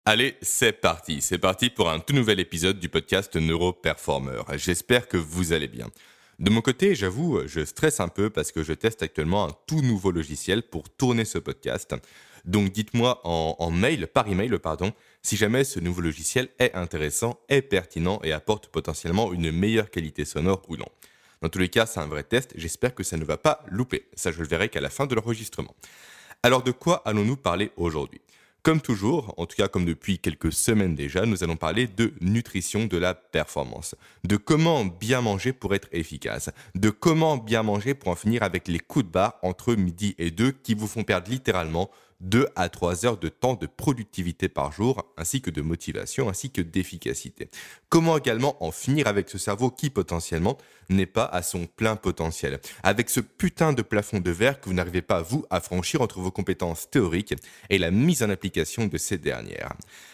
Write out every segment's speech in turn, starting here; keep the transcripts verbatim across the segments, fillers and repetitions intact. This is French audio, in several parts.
Allez, c'est parti. C'est parti pour un tout nouvel épisode du podcast Neuroperformer. J'espère que vous allez bien. De mon côté, j'avoue, je stresse un peu parce que je teste actuellement un tout nouveau logiciel pour tourner ce podcast. Donc dites-moi en, en mail, par email, pardon, si jamais ce nouveau logiciel est intéressant, est pertinent et apporte potentiellement une meilleure qualité sonore ou non. Dans tous les cas, c'est un vrai test. J'espère que ça ne va pas louper. Ça, je le verrai qu'à la fin de l'enregistrement. Alors de quoi allons-nous parler aujourd'hui ? Comme toujours, en tout cas comme depuis quelques semaines déjà, nous allons parler de nutrition de la performance, de comment bien manger pour être efficace, de comment bien manger pour en finir avec les coups de barre entre midi et deux qui vous font perdre littéralement deux à trois heures de temps de productivité par jour, ainsi que de motivation, ainsi que d'efficacité. Comment également en finir avec ce cerveau qui potentiellement n'est pas à son plein potentiel, avec ce putain de plafond de verre que vous n'arrivez pas vous à franchir entre vos compétences théoriques et la mise en application de ces dernières.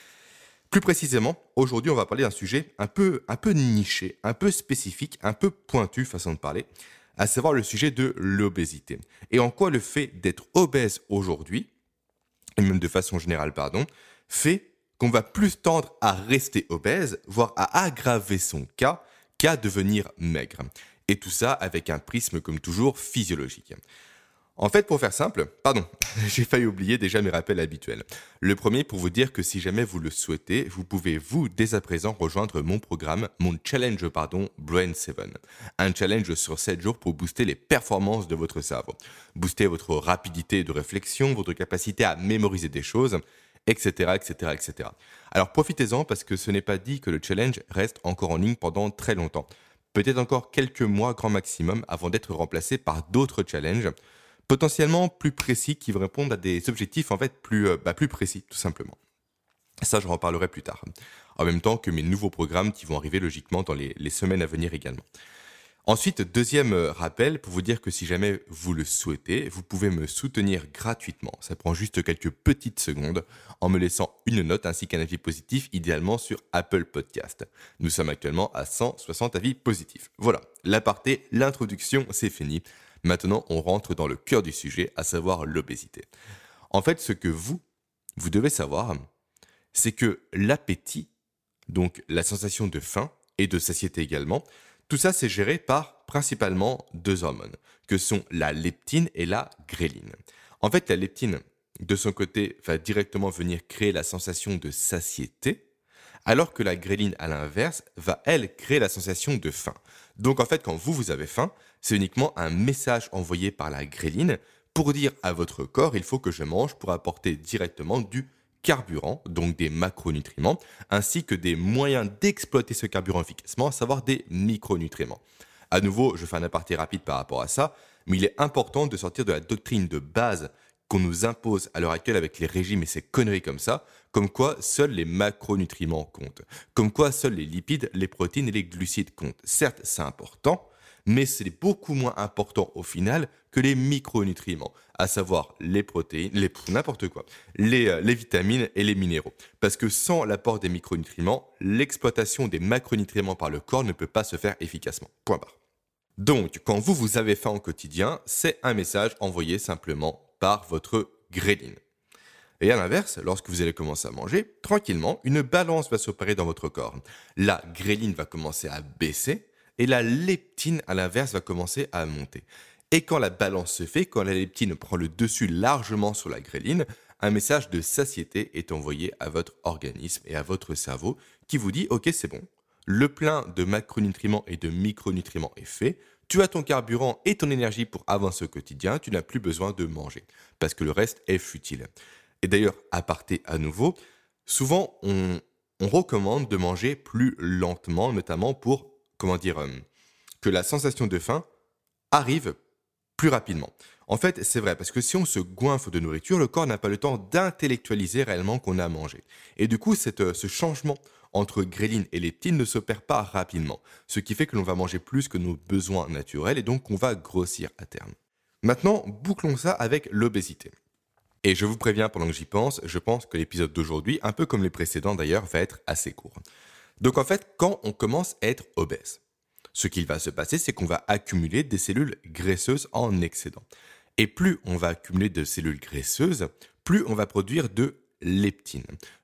Plus précisément, aujourd'hui on va parler d'un sujet un peu, un peu niché, un peu spécifique, un peu pointu façon de parler, à savoir le sujet de l'obésité. Et en quoi le fait d'être obèse aujourd'hui, et même de façon générale, pardon, fait qu'on va plus tendre à rester obèse, voire à aggraver son cas, qu'à devenir maigre. Et tout ça avec un prisme, comme toujours, physiologique. En fait, pour faire simple, pardon, j'ai failli oublier déjà mes rappels habituels. Le premier pour vous dire que si jamais vous le souhaitez, vous pouvez vous, dès à présent, rejoindre mon programme, mon challenge, pardon, Brain sept. Un challenge sur sept jours pour booster les performances de votre cerveau. Booster votre rapidité de réflexion, votre capacité à mémoriser des choses, et cetera, et cetera, et cetera. Alors profitez-en parce que ce n'est pas dit que le challenge reste encore en ligne pendant très longtemps. Peut-être encore quelques mois grand maximum avant d'être remplacé par d'autres challenges, potentiellement plus précis qui vont répondre à des objectifs en fait plus, euh, bah, plus précis tout simplement. Ça, j'en reparlerai plus tard. En même temps que mes nouveaux programmes qui vont arriver logiquement dans les, les semaines à venir également. Ensuite, deuxième rappel pour vous dire que si jamais vous le souhaitez, vous pouvez me soutenir gratuitement. Ça prend juste quelques petites secondes en me laissant une note ainsi qu'un avis positif, idéalement sur Apple Podcast. Nous sommes actuellement à cent soixante avis positifs. Voilà, l'aparté, l'introduction, c'est fini. Maintenant, on rentre dans le cœur du sujet, à savoir l'obésité. En fait, ce que vous, vous devez savoir, c'est que l'appétit, donc la sensation de faim et de satiété également, tout ça c'est géré par principalement deux hormones, que sont la leptine et la gréline. En fait, la leptine, de son côté, va directement venir créer la sensation de satiété, alors que la gréline, à l'inverse, va, elle, créer la sensation de faim. Donc, en fait, quand vous, vous avez faim, c'est uniquement un message envoyé par la gréline pour dire à votre corps, il faut que je mange pour apporter directement du carburant, donc des macronutriments, ainsi que des moyens d'exploiter ce carburant efficacement, à savoir des micronutriments. À nouveau, je fais un aparté rapide par rapport à ça, mais il est important de sortir de la doctrine de base qu'on nous impose à l'heure actuelle avec les régimes et ces conneries comme ça, comme quoi seuls les macronutriments comptent, comme quoi seuls les lipides, les protéines et les glucides comptent. Certes, c'est important, mais c'est beaucoup moins important au final que les micronutriments, à savoir les protéines, les, n'importe quoi, les, euh, les vitamines et les minéraux. Parce que sans l'apport des micronutriments, l'exploitation des macronutriments par le corps ne peut pas se faire efficacement. Point barre. Donc, quand vous, vous avez faim au quotidien, c'est un message envoyé simplement par votre gréline. Et à l'inverse, lorsque vous allez commencer à manger, tranquillement, une balance va s'opérer dans votre corps. La gréline va commencer à baisser et la leptine, à l'inverse, va commencer à monter. Et quand la balance se fait, quand la leptine prend le dessus largement sur la gréline, un message de satiété est envoyé à votre organisme et à votre cerveau qui vous dit « Ok, c'est bon, le plein de macronutriments et de micronutriments est fait, tu as ton carburant et ton énergie pour avancer au quotidien, tu n'as plus besoin de manger, parce que le reste est futile. » Et d'ailleurs, aparté à nouveau, souvent on, on recommande de manger plus lentement, notamment pour, comment dire, euh, que la sensation de faim arrive plus rapidement. En fait, c'est vrai, parce que si on se goinfre de nourriture, le corps n'a pas le temps d'intellectualiser réellement qu'on a mangé. Et du coup, cette, ce changement entre gréline et leptine ne s'opère pas rapidement, ce qui fait que l'on va manger plus que nos besoins naturels et donc qu'on va grossir à terme. Maintenant, bouclons ça avec l'obésité. Et je vous préviens, pendant que j'y pense, je pense que l'épisode d'aujourd'hui, un peu comme les précédents d'ailleurs, va être assez court. Donc en fait, quand on commence à être obèse, ce qu'il va se passer, c'est qu'on va accumuler des cellules graisseuses en excédent. Et plus on va accumuler de cellules graisseuses, plus on va produire de leptine.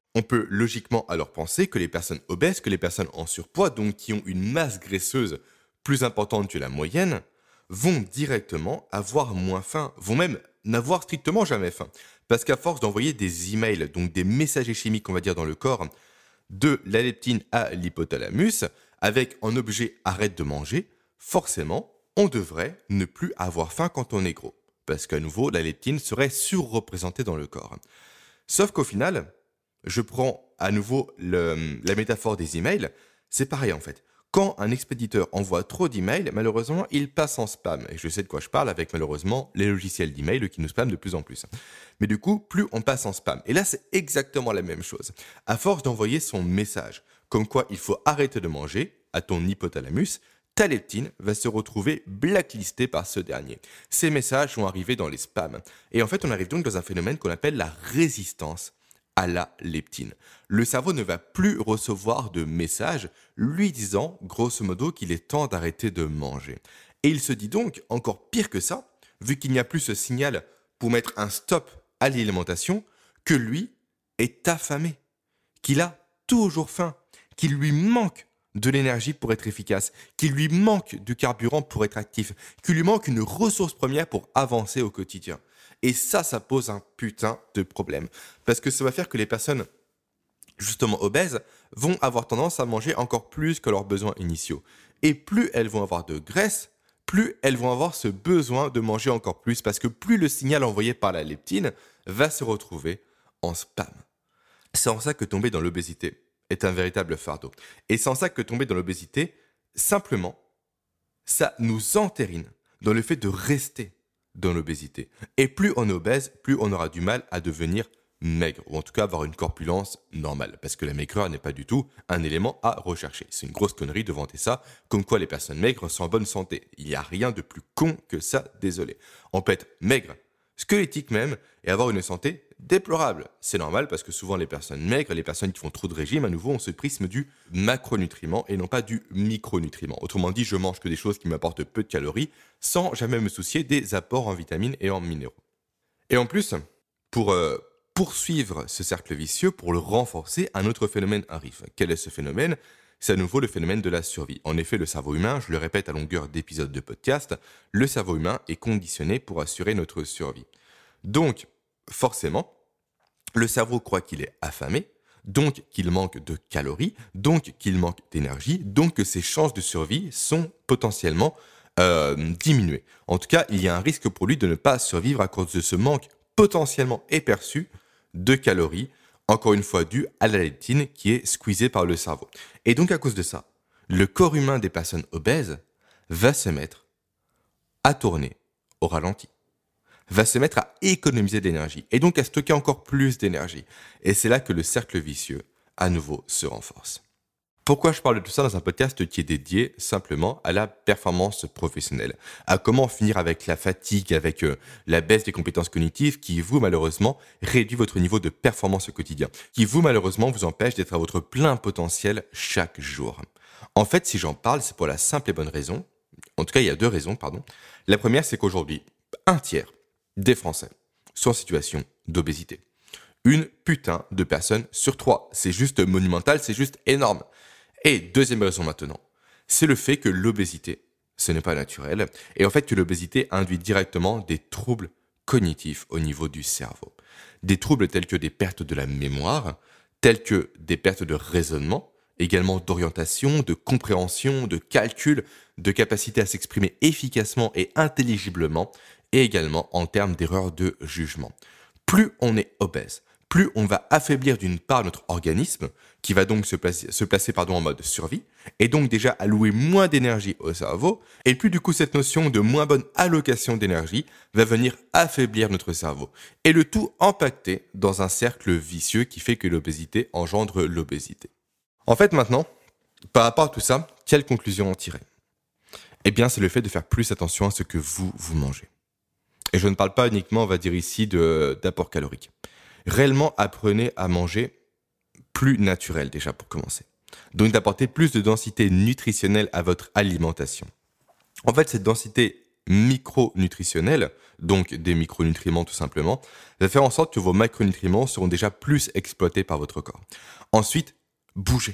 On peut logiquement alors penser que les personnes obèses, que les personnes en surpoids, donc qui ont une masse graisseuse plus importante que la moyenne, vont directement avoir moins faim, vont même n'avoir strictement jamais faim. Parce qu'à force d'envoyer des emails, donc des messagers chimiques, on va dire, dans le corps, de la leptine à l'hypothalamus, avec en objet arrête de manger, forcément, on devrait ne plus avoir faim quand on est gros. Parce qu'à nouveau, la leptine serait surreprésentée dans le corps. Sauf qu'au final, je prends à nouveau le, la métaphore des emails, c'est pareil en fait. Quand un expéditeur envoie trop d'emails, malheureusement, il passe en spam. Et je sais de quoi je parle avec malheureusement les logiciels d'email qui nous spamment de plus en plus. Mais du coup, plus on passe en spam. Et là, c'est exactement la même chose. À force d'envoyer son message, comme quoi il faut arrêter de manger à ton hypothalamus, ta leptine va se retrouver blacklistée par ce dernier. Ces messages vont arriver dans les spams. Et en fait, on arrive donc dans un phénomène qu'on appelle la résistance à la leptine. Le cerveau ne va plus recevoir de messages lui disant, grosso modo, qu'il est temps d'arrêter de manger. Et il se dit donc, encore pire que ça, vu qu'il n'y a plus ce signal pour mettre un stop à l'alimentation, que lui est affamé, qu'il a toujours faim, qu'il lui manque de l'énergie pour être efficace, qu'il lui manque du carburant pour être actif, qu'il lui manque une ressource première pour avancer au quotidien. Et ça, ça pose un putain de problème. Parce que ça va faire que les personnes, justement obèses, vont avoir tendance à manger encore plus que leurs besoins initiaux. Et plus elles vont avoir de graisse, plus elles vont avoir ce besoin de manger encore plus, parce que plus le signal envoyé par la leptine va se retrouver en spam. C'est en ça que tomber dans l'obésité est un véritable fardeau. Et c'est en ça que tomber dans l'obésité, simplement, ça nous entérine dans le fait de rester dans l'obésité. Et plus on est obèse, plus on aura du mal à devenir maigre, ou en tout cas avoir une corpulence normale, parce que la maigreur n'est pas du tout un élément à rechercher. C'est une grosse connerie de vanter ça, comme quoi les personnes maigres sont en bonne santé. Il n'y a rien de plus con que ça, désolé. On peut être maigre, squelettique même, et avoir une santé déplorable. C'est normal parce que souvent les personnes maigres, les personnes qui font trop de régime, à nouveau, ont ce prisme du macronutriment et non pas du micronutriment. Autrement dit, je mange que des choses qui m'apportent peu de calories sans jamais me soucier des apports en vitamines et en minéraux. Et en plus, pour euh, poursuivre ce cercle vicieux, pour le renforcer, un autre phénomène arrive. Quel est ce phénomène ? C'est à nouveau le phénomène de la survie. En effet, le cerveau humain, je le répète à longueur d'épisodes de podcast, le cerveau humain est conditionné pour assurer notre survie. Donc, forcément, le cerveau croit qu'il est affamé, donc qu'il manque de calories, donc qu'il manque d'énergie, donc que ses chances de survie sont potentiellement euh, diminuées. En tout cas, il y a un risque pour lui de ne pas survivre à cause de ce manque potentiellement éperçu de calories, encore une fois dû à la leptine qui est squeezée par le cerveau. Et donc à cause de ça, le corps humain des personnes obèses va se mettre à tourner au ralenti, va se mettre à économiser de l'énergie et donc à stocker encore plus d'énergie. Et c'est là que le cercle vicieux, à nouveau, se renforce. Pourquoi je parle de tout ça dans un podcast qui est dédié simplement à la performance professionnelle, à comment finir avec la fatigue, avec euh, la baisse des compétences cognitives qui, vous, malheureusement, réduit votre niveau de performance au quotidien, qui, vous, malheureusement, vous empêche d'être à votre plein potentiel chaque jour. En fait, si j'en parle, c'est pour la simple et bonne raison, en tout cas, il y a deux raisons, pardon. La première, c'est qu'aujourd'hui, un tiers des Français sont en situation d'obésité. Une putain de personnes sur trois. C'est juste monumental, c'est juste énorme. Et deuxième raison maintenant, c'est le fait que l'obésité, ce n'est pas naturel, et en fait que l'obésité induit directement des troubles cognitifs au niveau du cerveau. Des troubles tels que des pertes de la mémoire, tels que des pertes de raisonnement, également d'orientation, de compréhension, de calcul, de capacité à s'exprimer efficacement et intelligiblement, et également en termes d'erreurs de jugement. Plus on est obèse, plus on va affaiblir d'une part notre organisme, qui va donc se placer, se placer pardon, en mode survie, et donc déjà allouer moins d'énergie au cerveau, et plus du coup cette notion de moins bonne allocation d'énergie va venir affaiblir notre cerveau, et le tout empaqueté dans un cercle vicieux qui fait que l'obésité engendre l'obésité. En fait maintenant, par rapport à tout ça, quelle conclusion en tirer ? Eh bien c'est le fait de faire plus attention à ce que vous, vous mangez. Et je ne parle pas uniquement, on va dire ici, de, d'apport calorique. Réellement, apprenez à manger plus naturel déjà pour commencer. Donc d'apporter plus de densité nutritionnelle à votre alimentation. En fait, cette densité micronutritionnelle, donc des micronutriments tout simplement, va faire en sorte que vos macronutriments seront déjà plus exploités par votre corps. Ensuite, bougez.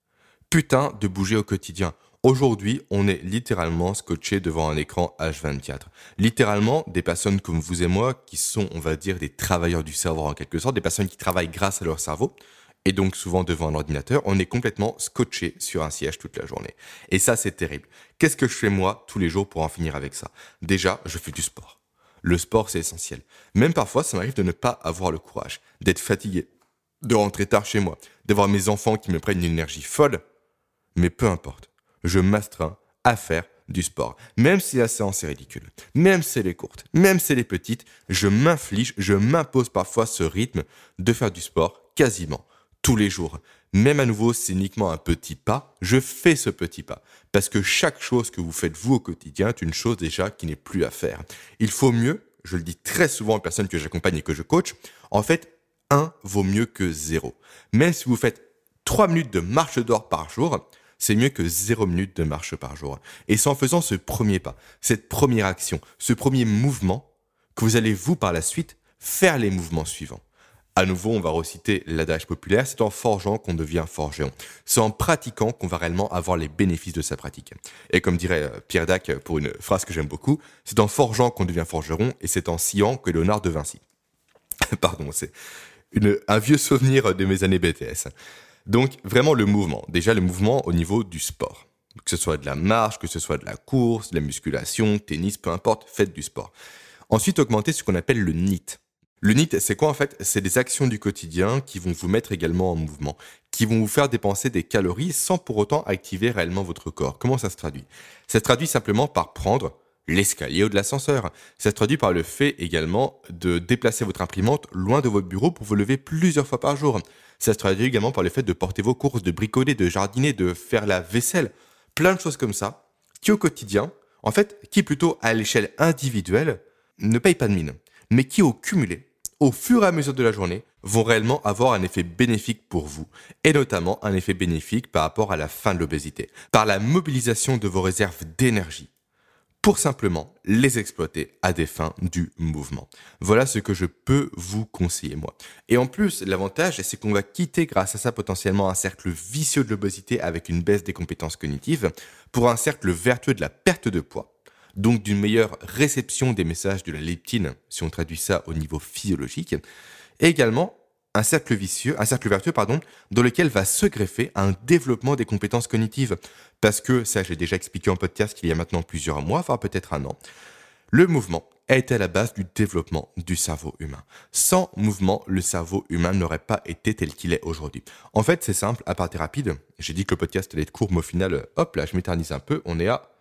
Putain de bouger au quotidien. Aujourd'hui, on est littéralement scotché devant un écran H vingt-quatre. Littéralement, des personnes comme vous et moi, qui sont, on va dire, des travailleurs du cerveau en quelque sorte, des personnes qui travaillent grâce à leur cerveau, et donc souvent devant un ordinateur, on est complètement scotché sur un siège toute la journée. Et ça, c'est terrible. Qu'est-ce que je fais moi tous les jours pour en finir avec ça ? Déjà, je fais du sport. Le sport, c'est essentiel. Même parfois, ça m'arrive de ne pas avoir le courage, d'être fatigué, de rentrer tard chez moi, d'avoir mes enfants qui me prennent une énergie folle, mais peu importe. Je m'astreins à faire du sport. Même si la séance est ridicule, même si elle est courte, même si elle est petite, je m'inflige, je m'impose parfois ce rythme de faire du sport quasiment tous les jours. Même à nouveau, c'est uniquement un petit pas, je fais ce petit pas. Parce que chaque chose que vous faites vous au quotidien est une chose déjà qui n'est plus à faire. Il faut mieux, je le dis très souvent aux personnes que j'accompagne et que je coach, en fait, un vaut mieux que zéro. Même si vous faites trois minutes de marche dehors par jour, c'est mieux que zéro minute de marche par jour. Et c'est en faisant ce premier pas, cette première action, ce premier mouvement, que vous allez vous par la suite faire les mouvements suivants. À nouveau, on va reciter l'adage populaire, c'est en forgeant qu'on devient forgeron. C'est en pratiquant qu'on va réellement avoir les bénéfices de sa pratique. Et comme dirait Pierre Dac pour une phrase que j'aime beaucoup, c'est en forgeant qu'on devient forgeron et c'est en sciant que Léonard de Vinci. Pardon, c'est une, un vieux souvenir de mes années B T S. Donc, vraiment le mouvement. Déjà, le mouvement au niveau du sport. Que ce soit de la marche, que ce soit de la course, de la musculation, tennis, peu importe, faites du sport. Ensuite, augmentez ce qu'on appelle le N I T. Le N I T, c'est quoi en fait ? C'est des actions du quotidien qui vont vous mettre également en mouvement, qui vont vous faire dépenser des calories sans pour autant activer réellement votre corps. Comment ça se traduit ? Ça se traduit simplement par prendre l'escalier ou de l'ascenseur. Ça se traduit par le fait également de déplacer votre imprimante loin de votre bureau pour vous lever plusieurs fois par jour. Ça se traduit également par le fait de porter vos courses, de bricoler, de jardiner, de faire la vaisselle. Plein de choses comme ça, qui au quotidien, en fait, qui plutôt à l'échelle individuelle, ne payent pas de mine, mais qui au cumulé, au fur et à mesure de la journée, vont réellement avoir un effet bénéfique pour vous, et notamment un effet bénéfique par rapport à la fin de l'obésité, par la mobilisation de vos réserves d'énergie, pour simplement les exploiter à des fins du mouvement. Voilà ce que je peux vous conseiller, moi. Et en plus, l'avantage, c'est qu'on va quitter grâce à ça potentiellement un cercle vicieux de l'obésité avec une baisse des compétences cognitives pour un cercle vertueux de la perte de poids, donc d'une meilleure réception des messages de la leptine, si on traduit ça au niveau physiologique, et également un cercle vicieux, un cercle vertueux, pardon, dans lequel va se greffer un développement des compétences cognitives. Parce que, ça j'ai déjà expliqué en podcast qu'il y a maintenant plusieurs mois, voire peut-être un an, le mouvement est à la base du développement du cerveau humain. Sans mouvement, le cerveau humain n'aurait pas été tel qu'il est aujourd'hui. En fait, c'est simple, à partir rapide, j'ai dit que le podcast allait être court, mais au final, hop là, je m'éternise un peu, on est à,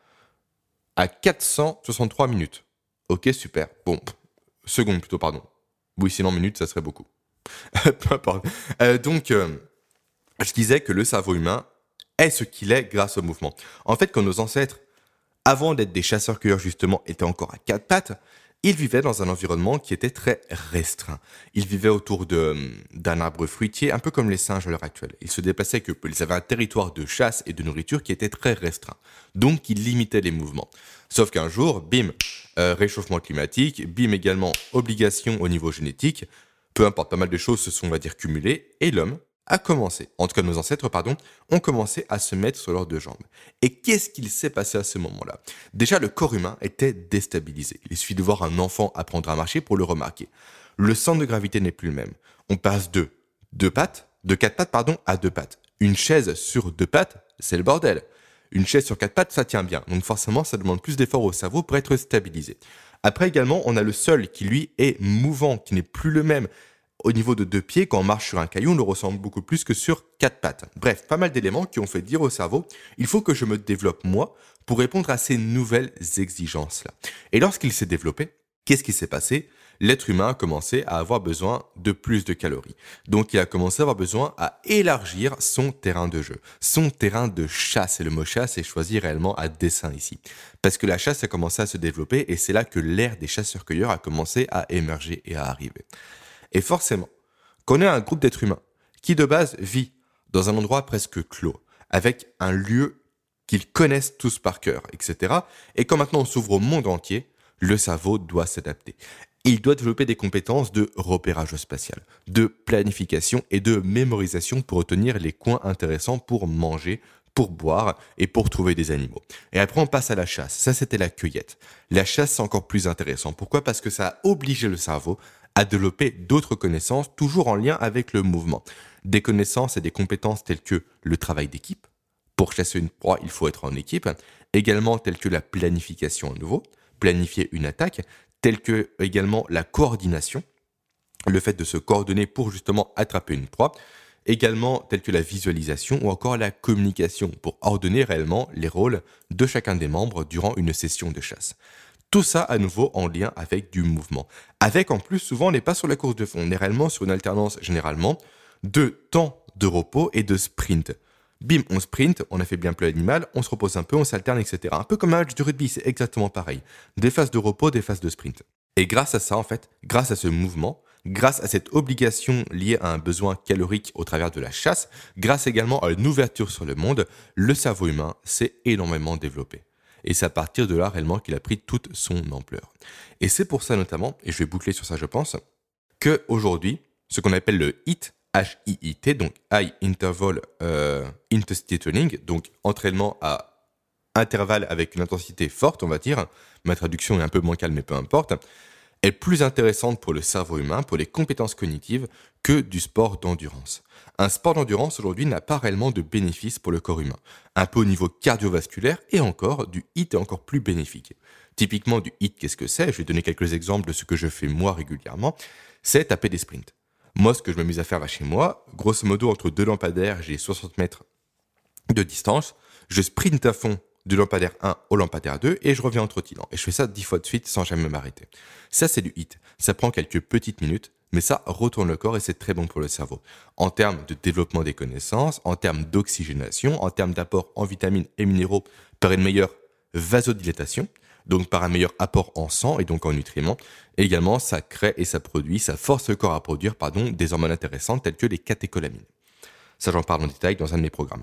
à quatre cent soixante-trois minutes. Ok, super. Bon, secondes plutôt, pardon. Oui, sinon minutes, ça serait beaucoup. Peu importe. Euh, donc, euh, je disais que le cerveau humain est ce qu'il est grâce au mouvement. En fait, quand nos ancêtres, avant d'être des chasseurs-cueilleurs justement, étaient encore à quatre pattes, ils vivaient dans un environnement qui était très restreint. Ils vivaient autour de, d'un arbre fruitier, un peu comme les singes à l'heure actuelle. Ils se déplaçaient que ils avaient un territoire de chasse et de nourriture qui était très restreint. Donc, ils limitaient les mouvements. Sauf qu'un jour, bim, euh, réchauffement climatique, bim également, obligation au niveau génétique, peu importe, pas mal de choses se sont, on va dire, cumulées, et l'homme a commencé, en tout cas nos ancêtres, pardon, ont commencé à se mettre sur leurs deux jambes. Et qu'est-ce qu'il s'est passé à ce moment-là ? Déjà, le corps humain était déstabilisé. Il suffit de voir un enfant apprendre à marcher pour le remarquer. Le centre de gravité n'est plus le même. On passe de deux pattes, de quatre pattes, pardon, à deux pattes. Une chaise sur deux pattes, c'est le bordel. Une chaise sur quatre pattes, ça tient bien. Donc forcément, ça demande plus d'efforts au cerveau pour être stabilisé. Après également, on a le sol qui, lui, est mouvant, qui n'est plus le même. Au niveau de deux pieds, quand on marche sur un caillou, on le ressent beaucoup plus que sur quatre pattes. Bref, pas mal d'éléments qui ont fait dire au cerveau, il faut que je me développe moi pour répondre à ces nouvelles exigences-là. Et lorsqu'il s'est développé, qu'est-ce qui s'est passé ? L'être humain a commencé à avoir besoin de plus de calories. Donc il a commencé à avoir besoin à élargir son terrain de jeu, son terrain de chasse. Et le mot chasse est choisi réellement à dessein ici. Parce que la chasse a commencé à se développer et c'est là que l'ère des chasseurs-cueilleurs a commencé à émerger et à arriver. Et forcément, quand on est un groupe d'êtres humains qui de base vit dans un endroit presque clos, avec un lieu qu'ils connaissent tous par cœur, et cetera. Et quand maintenant on s'ouvre au monde entier, le cerveau doit s'adapter. Il doit développer des compétences de repérage spatial, de planification et de mémorisation pour retenir les coins intéressants pour manger, pour boire et pour trouver des animaux. Et après, on passe à la chasse. Ça, c'était la cueillette. La chasse, c'est encore plus intéressant. Pourquoi ? Parce que ça a obligé le cerveau à développer d'autres connaissances, toujours en lien avec le mouvement. Des connaissances et des compétences telles que le travail d'équipe. Pour chasser une proie, il faut être en équipe. Également, telles que la planification à nouveau, planifier une attaque, telles que également la coordination, le fait de se coordonner pour justement attraper une proie, également telles que la visualisation ou encore la communication pour ordonner réellement les rôles de chacun des membres durant une session de chasse. Tout ça à nouveau en lien avec du mouvement. Avec en plus, souvent on n'est pas sur la course de fond, on est réellement sur une alternance généralement de temps de repos et de sprint. Bim, on sprint, on a fait bien plus l'animal, on se repose un peu, on s'alterne, et cetera. Un peu comme un match de rugby, c'est exactement pareil. Des phases de repos, des phases de sprint. Et grâce à ça, en fait, grâce à ce mouvement, grâce à cette obligation liée à un besoin calorique au travers de la chasse, grâce également à une ouverture sur le monde, le cerveau humain s'est énormément développé. Et c'est à partir de là réellement qu'il a pris toute son ampleur. Et c'est pour ça notamment, et je vais boucler sur ça je pense, qu'aujourd'hui, ce qu'on appelle le H I I T, H I I T, donc High Interval euh, Intensity Training, donc entraînement à intervalle avec une intensité forte, on va dire, ma traduction est un peu moins calme mais peu importe, est plus intéressante pour le cerveau humain, pour les compétences cognitives, que du sport d'endurance. Un sport d'endurance aujourd'hui n'a pas réellement de bénéfices pour le corps humain. Un peu au niveau cardiovasculaire et encore, du H I I T est encore plus bénéfique. Typiquement du H I I T, qu'est-ce que c'est ? Je vais donner quelques exemples de ce que je fais moi régulièrement. C'est taper des sprints. Moi, ce que je m'amuse à faire là chez moi, grosso modo, entre deux lampadaires, j'ai soixante mètres de distance. Je sprinte à fond du lampadaire un au lampadaire deux et je reviens en trottinant. Et je fais ça dix fois de suite sans jamais m'arrêter. Ça, c'est du H I I T. Ça prend quelques petites minutes, mais ça retourne le corps et c'est très bon pour le cerveau. En termes de développement des connaissances, en termes d'oxygénation, en termes d'apport en vitamines et minéraux par une meilleure vasodilatation, donc par un meilleur apport en sang et donc en nutriments. Et également, ça crée et ça produit, ça force le corps à produire pardon, des hormones intéressantes telles que les catécholamines. Ça, j'en parle en détail dans un de mes programmes.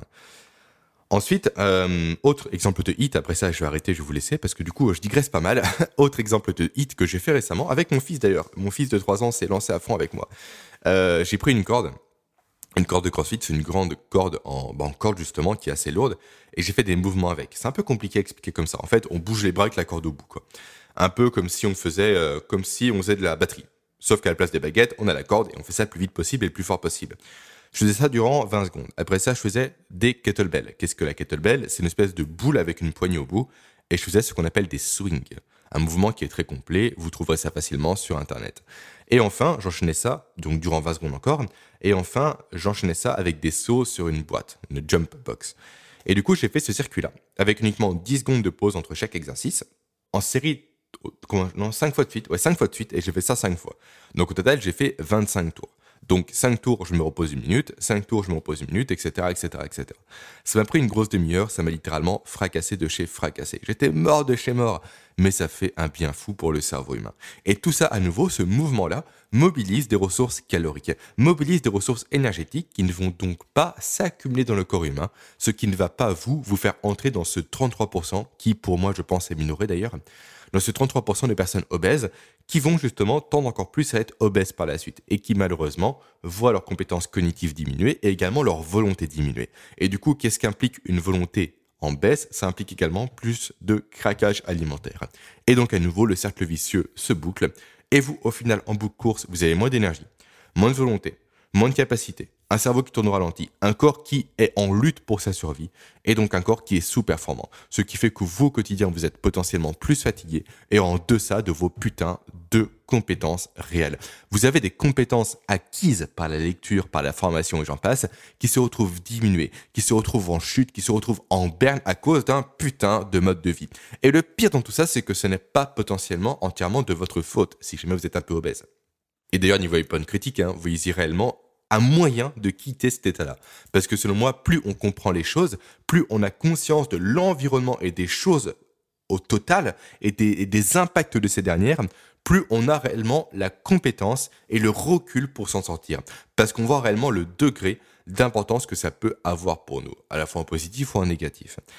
Ensuite, euh, autre exemple de H I I T, après ça je vais arrêter, je vais vous laisser parce que du coup je digresse pas mal. Autre exemple de H I I T que j'ai fait récemment, avec mon fils d'ailleurs. Mon fils de trois ans s'est lancé à fond avec moi. Euh, j'ai pris une corde, une corde de CrossFit, c'est une grande corde en, bah, en corde justement qui est assez lourde, et j'ai fait des mouvements avec. C'est un peu compliqué à expliquer comme ça. En fait, on bouge les bras avec la corde au bout, quoi. Un peu comme si on faisait, euh, comme si on faisait de la batterie. Sauf qu'à la place des baguettes, on a la corde et on fait ça le plus vite possible et le plus fort possible. Je faisais ça durant vingt secondes. Après ça, je faisais des kettlebells. Qu'est-ce que la kettlebell ? C'est une espèce de boule avec une poignée au bout. Et je faisais ce qu'on appelle des swings. Un mouvement qui est très complet. Vous trouverez ça facilement sur Internet. Et enfin, j'enchaînais ça, donc durant vingt secondes encore. Et enfin, j'enchaînais ça avec des sauts sur une boîte, une jump box. Et du coup, j'ai fait ce circuit-là, avec uniquement dix secondes de pause entre chaque exercice, en série, non, cinq fois de suite. Ouais, cinq fois de suite. Et j'ai fait ça cinq fois. Donc au total, j'ai fait vingt-cinq tours. Donc cinq tours, je me repose une minute, cinq tours, je me repose une minute, et cetera, et cetera, et cetera. Ça m'a pris une grosse demi-heure, ça m'a littéralement fracassé de chez fracassé. J'étais mort de chez mort, mais ça fait un bien fou pour le cerveau humain. Et tout ça, à nouveau, ce mouvement-là mobilise des ressources caloriques, mobilise des ressources énergétiques qui ne vont donc pas s'accumuler dans le corps humain, ce qui ne va pas, vous, vous faire entrer dans ce trente-trois pour cent, qui, pour moi, je pense, est minoré d'ailleurs, dans ce trente-trois pour cent de personnes obèses qui vont justement tendre encore plus à être obèses par la suite et qui malheureusement voient leurs compétences cognitives diminuer et également leur volonté diminuer. Et du coup, qu'est-ce qu'implique une volonté en baisse ? Ça implique également plus de craquage alimentaire. Et donc à nouveau, le cercle vicieux se boucle et vous, au final, en bout de course, vous avez moins d'énergie, moins de volonté, moins de capacité, un cerveau qui tourne au ralenti, un corps qui est en lutte pour sa survie, et donc un corps qui est sous-performant. Ce qui fait que vous, au quotidien, vous êtes potentiellement plus fatigué et en deçà de vos putains de compétences réelles. Vous avez des compétences acquises par la lecture, par la formation et j'en passe, qui se retrouvent diminuées, qui se retrouvent en chute, qui se retrouvent en berne à cause d'un putain de mode de vie. Et le pire dans tout ça, c'est que ce n'est pas potentiellement entièrement de votre faute, si jamais vous êtes un peu obèse. Et d'ailleurs, niveau bonne critique, hein, vous voyez réellement un moyen de quitter cet état-là. Parce que selon moi, plus on comprend les choses, plus on a conscience de l'environnement et des choses au total et des, et des impacts de ces dernières, plus on a réellement la compétence et le recul pour s'en sortir. Parce qu'on voit réellement le degré d'importance que ça peut avoir pour nous, à la fois en positif ou en négatif.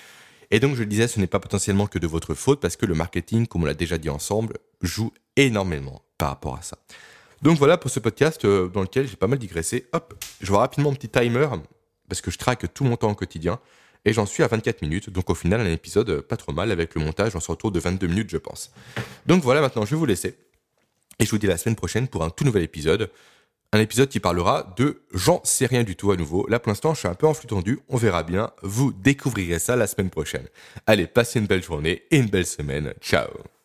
Et donc je le disais, ce n'est pas potentiellement que de votre faute parce que le marketing, comme on l'a déjà dit ensemble, joue énormément par rapport à ça. Donc voilà pour ce podcast euh, dans lequel j'ai pas mal digressé. Hop, je vois rapidement mon petit timer parce que je traque tout mon temps au quotidien et j'en suis à vingt-quatre minutes. Donc au final, un épisode euh, pas trop mal avec le montage, on se retrouve de vingt-deux minutes, je pense. Donc voilà, maintenant je vais vous laisser et je vous dis à la semaine prochaine pour un tout nouvel épisode. Un épisode qui parlera de j'en sais rien du tout à nouveau. Là pour l'instant, je suis un peu en flux tendu, on verra bien. Vous découvrirez ça la semaine prochaine. Allez, passez une belle journée et une belle semaine. Ciao.